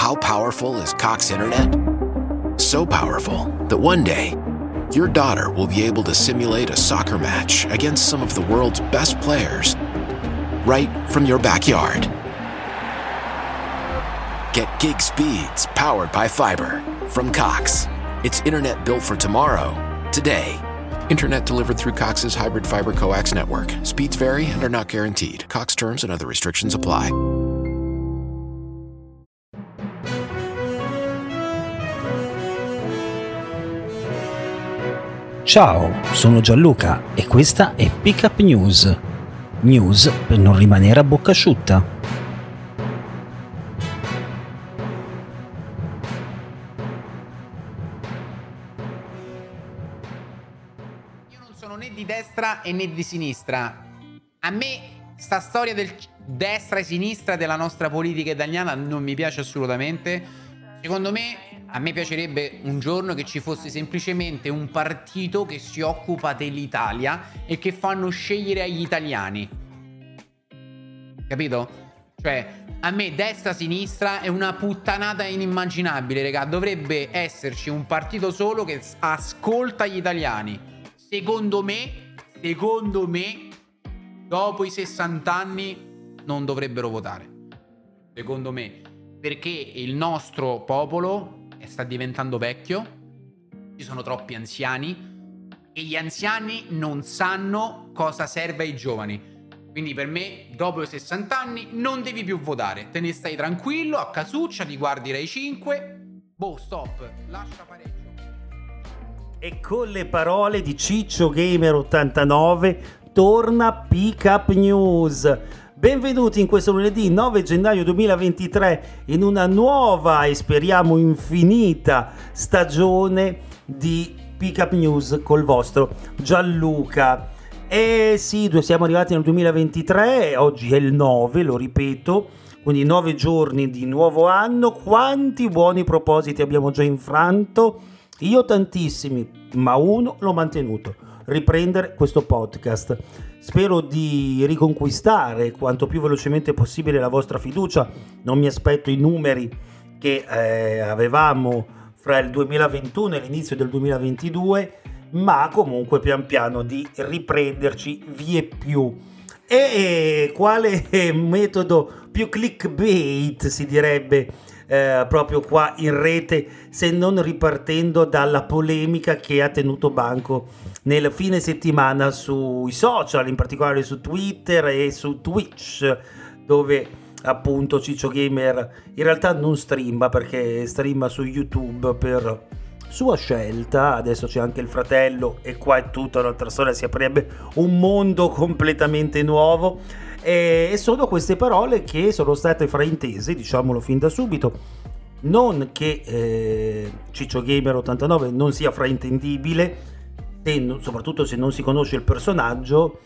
how powerful is Cox Internet? So powerful that one day, your daughter will be able to simulate a soccer match against some of the world's best players right from your backyard. Get gig speeds powered by fiber from Cox. It's internet built for tomorrow, today. Internet delivered through Cox's hybrid fiber coax network. Speeds vary and are not guaranteed. Cox terms and other restrictions apply. Ciao, sono Gianluca e questa è Pick Up News. News per non rimanere a bocca asciutta. Io non sono né di destra e né di sinistra. A me sta storia del destra e sinistra della nostra politica italiana non mi piace assolutamente. Secondo me, a me piacerebbe un giorno che ci fosse semplicemente un partito che si occupa dell'Italia e che fanno scegliere agli italiani. Capito? Cioè, a me destra-sinistra è una puttanata inimmaginabile, raga. Dovrebbe esserci un partito solo che ascolta gli italiani. Secondo me, dopo i 60 anni non dovrebbero votare. Secondo me. Perché il nostro popolo sta diventando vecchio, ci sono troppi anziani e gli anziani non sanno cosa serve ai giovani. Quindi per me, dopo i 60 anni, non devi più votare. Te ne stai tranquillo, a casuccia, ti guardi Rai 5. Stop, lascia pareggio. E con le parole di Ciccio Gamer 89 torna Pick Up News. Benvenuti in questo lunedì 9 gennaio 2023 in una nuova e speriamo infinita stagione di Pick Up News col vostro Gianluca. E sì, siamo arrivati nel 2023, oggi è il 9, lo ripeto, quindi 9 giorni di nuovo anno. Quanti buoni propositi abbiamo già infranto? Io tantissimi, ma uno l'ho mantenuto: riprendere questo podcast. Spero di riconquistare quanto più velocemente possibile la vostra fiducia. Non mi aspetto i numeri che avevamo fra il 2021 e l'inizio del 2022, ma comunque pian piano di riprenderci vie più. E quale metodo più clickbait si direbbe proprio qua in rete, se non ripartendo dalla polemica che ha tenuto banco nel fine settimana sui social, in particolare su Twitter e su Twitch, dove appunto Ciccio Gamer in realtà non streama, perché streama su YouTube per sua scelta. Adesso c'è anche il fratello e qua è tutta un'altra storia, si aprirebbe un mondo completamente nuovo. E sono queste parole che sono state fraintese, diciamolo fin da subito. Non che Ciccio Gamer 89 non sia fraintendibile, soprattutto se non si conosce il personaggio,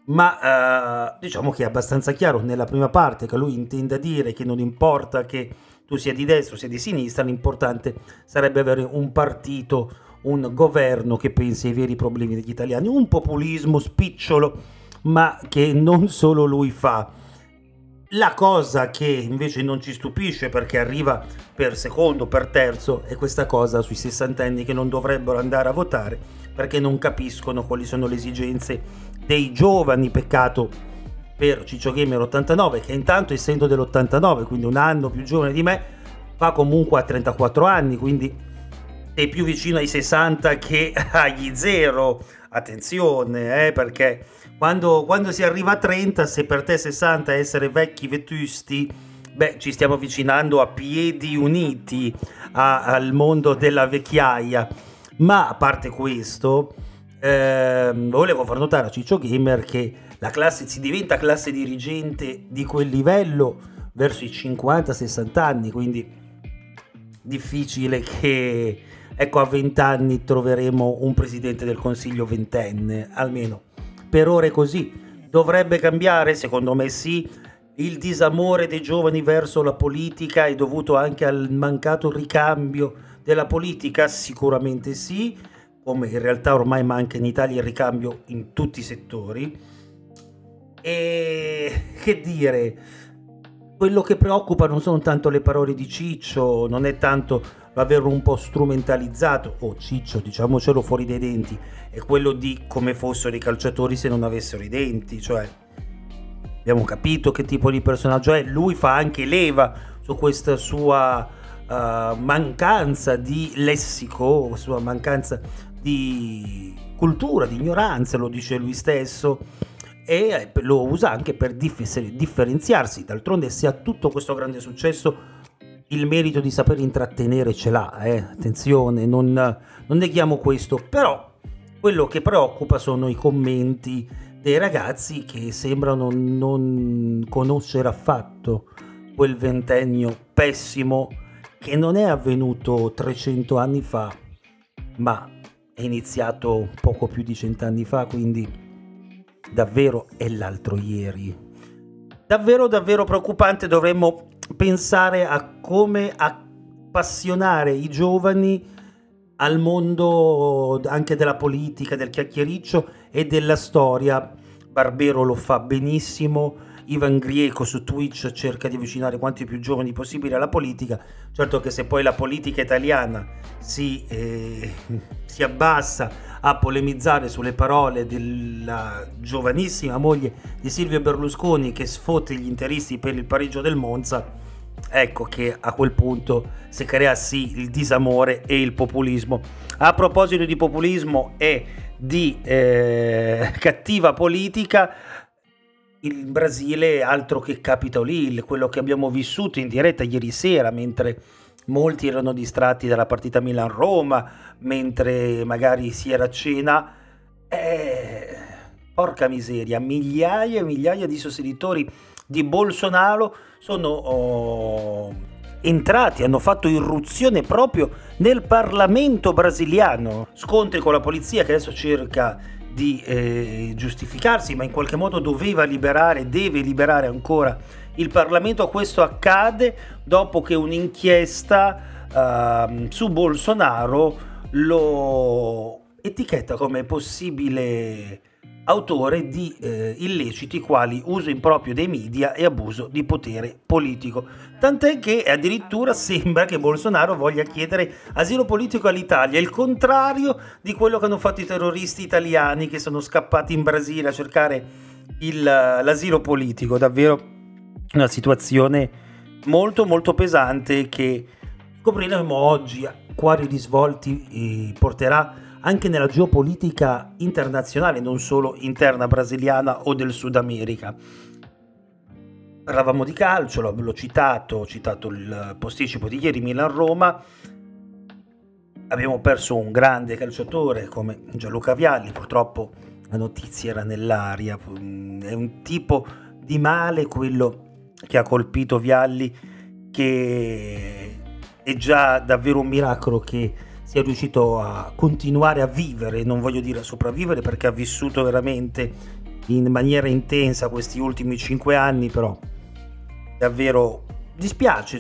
ma diciamo che è abbastanza chiaro nella prima parte che lui intenda dire che non importa che tu sia di destra o sia di sinistra, l'importante sarebbe avere un partito, un governo che pensi ai veri problemi degli italiani. Un populismo spicciolo, ma che non solo lui fa. La cosa che invece non ci stupisce, perché arriva per secondo, per terzo, è questa cosa sui sessantenni che non dovrebbero andare a votare perché non capiscono quali sono le esigenze dei giovani. Peccato per Ciccio Gamer 89, che intanto, essendo dell'89, quindi un anno più giovane di me, va comunque a 34 anni, quindi sei più vicino ai 60 che agli 0. Attenzione, perché quando si arriva a 30, se per te 60 è essere vecchi vetusti, ci stiamo avvicinando a piedi uniti al mondo della vecchiaia. Ma a parte questo, volevo far notare a Ciccio Gamer che la classe si diventa classe dirigente di quel livello verso i 50-60 anni, quindi difficile che, ecco, a 20 anni troveremo un presidente del consiglio ventenne, almeno per ora è così. Dovrebbe cambiare? Secondo me sì. Il disamore dei giovani verso la politica è dovuto anche al mancato ricambio della politica? Sicuramente sì, come in realtà ormai manca in Italia il ricambio in tutti i settori. E che dire, quello che preoccupa non sono tanto le parole di Ciccio, non è tanto l'averlo un po' strumentalizzato, Ciccio, diciamocelo fuori dai denti, è quello di come fossero i calciatori se non avessero i denti, cioè abbiamo capito che tipo di personaggio è, lui fa anche leva su questa sua mancanza di lessico, sua mancanza di cultura, di ignoranza, lo dice lui stesso, e lo usa anche per differenziarsi. D'altronde, se ha tutto questo grande successo, il merito di saper intrattenere ce l'ha, attenzione, non neghiamo questo, però quello che preoccupa sono i commenti dei ragazzi che sembrano non conoscere affatto quel ventennio pessimo che non è avvenuto 300 anni fa, ma è iniziato poco più di 100 anni fa, quindi davvero è l'altro ieri. Davvero preoccupante. Dovremmo pensare a come appassionare i giovani al mondo anche della politica, del chiacchiericcio e della storia. Barbero lo fa benissimo, Ivan Grieco su Twitch cerca di avvicinare quanti più giovani possibile alla politica. Certo che se poi la politica italiana si abbassa a polemizzare sulle parole della giovanissima moglie di Silvio Berlusconi che sfotte gli interisti per il pareggio del Monza, ecco che a quel punto si crea sì il disamore e il populismo. A proposito di populismo e di cattiva politica, il Brasile altro che Capitol Hill, quello che abbiamo vissuto in diretta ieri sera mentre molti erano distratti dalla partita Milan-Roma, mentre magari si era a cena, porca miseria, migliaia e migliaia di sostenitori di Bolsonaro sono entrati, hanno fatto irruzione proprio nel Parlamento brasiliano, scontri con la polizia che adesso cerca di giustificarsi, ma in qualche modo deve liberare ancora il Parlamento. Questo accade dopo che un'inchiesta su Bolsonaro lo etichetta come possibile autore di illeciti quali uso improprio dei media e abuso di potere politico, tant'è che addirittura sembra che Bolsonaro voglia chiedere asilo politico all'Italia, il contrario di quello che hanno fatto i terroristi italiani che sono scappati in Brasile a cercare l'asilo politico. Davvero una situazione molto molto pesante che scopriremo oggi quali risvolti porterà anche nella geopolitica internazionale, non solo interna brasiliana o del Sud America. Parlavamo di calcio, l'ho citato, ho citato il posticipo di ieri Milan-Roma. Abbiamo perso un grande calciatore come Gianluca Vialli, purtroppo la notizia era nell'aria, è un tipo di male quello che ha colpito Vialli, che è già davvero un miracolo che sia riuscito a continuare a vivere, non voglio dire a sopravvivere perché ha vissuto veramente in maniera intensa questi ultimi 5 anni, però davvero dispiace,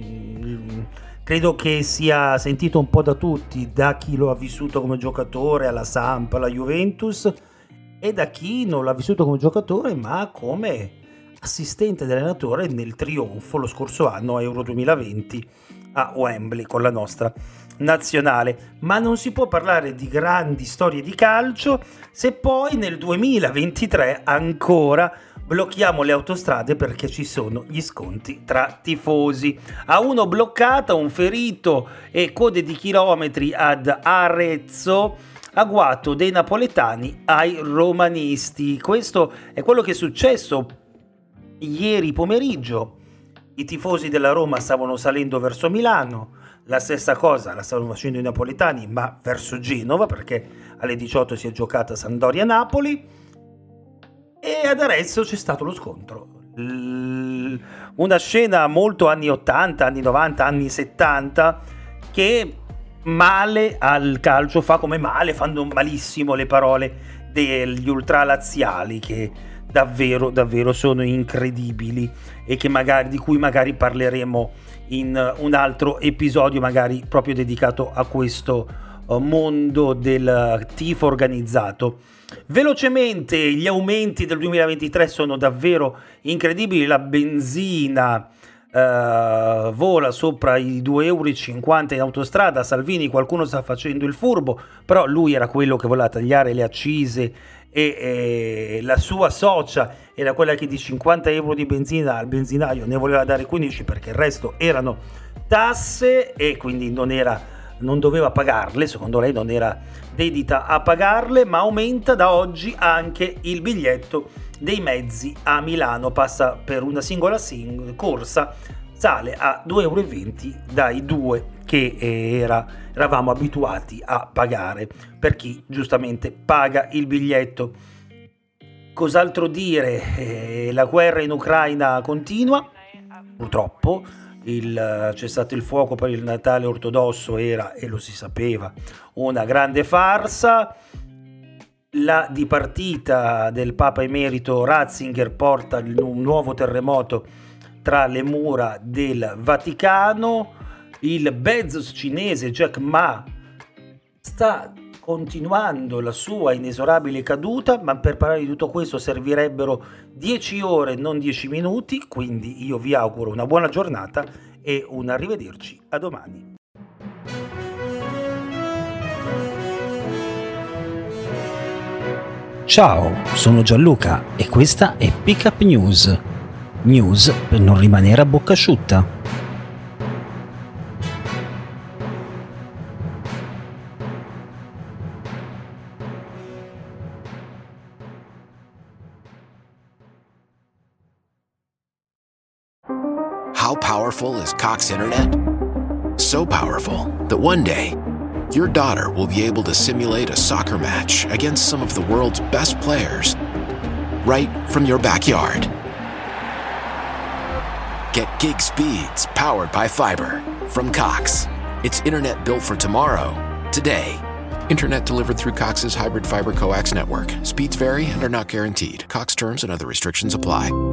credo che sia sentito un po' da tutti, da chi lo ha vissuto come giocatore alla Samp, alla Juventus, e da chi non l'ha vissuto come giocatore ma come assistente dell'allenatore nel trionfo lo scorso anno a Euro 2020 a Wembley con la nostra nazionale. Ma non si può parlare di grandi storie di calcio se poi nel 2023 ancora blocchiamo le autostrade perché ci sono gli scontri tra tifosi. A uno bloccata, un ferito e code di chilometri ad Arezzo, agguato dei napoletani ai romanisti. Questo è quello che è successo ieri pomeriggio. I tifosi della Roma stavano salendo verso Milano, la stessa cosa la stavano facendo i napoletani ma verso Genova, perché alle 18 si è giocata Sampdoria-Napoli, e ad Arezzo c'è stato lo scontro. Una scena molto anni 80, anni 90, anni 70, che male al calcio fa, come male fanno malissimo le parole degli ultralaziali, che davvero sono incredibili e che di cui magari parleremo in un altro episodio, magari proprio dedicato a questo mondo del tifo organizzato. Velocemente, gli aumenti del 2023 sono davvero incredibili. La benzina vola sopra i 2,50 € in autostrada. Salvini, qualcuno sta facendo il furbo, però lui era quello che voleva tagliare le accise e la sua socia era quella che di 50 € di benzina al benzinaio ne voleva dare 15 perché il resto erano tasse e quindi non doveva pagarle, secondo lei non era dedita a pagarle, ma aumenta da oggi anche il biglietto dei mezzi a Milano, passa per una singola corsa, sale a 2,20 € dai 2 che eravamo abituati a pagare per chi giustamente paga il biglietto. Cos'altro dire? La guerra in Ucraina continua, purtroppo. C'è stato il fuoco per il Natale ortodosso, era, e lo si sapeva, una grande farsa. La dipartita del Papa Emerito Ratzinger porta un nuovo terremoto tra le mura del Vaticano. Il Bezos cinese Jack Ma sta continuando la sua inesorabile caduta, ma per parlare di tutto questo servirebbero 10 ore, non 10 minuti, quindi io vi auguro una buona giornata e un arrivederci a domani. Ciao, sono Gianluca e questa è Pick Up News. News per non rimanere a bocca asciutta. How powerful is Cox Internet? So powerful that one day, your daughter will be able to simulate a soccer match against some of the world's best players right from your backyard. Get gig speeds powered by fiber from Cox. It's internet built for tomorrow, today. Internet delivered through Cox's hybrid fiber coax network. Speeds vary and are not guaranteed. Cox terms and other restrictions apply.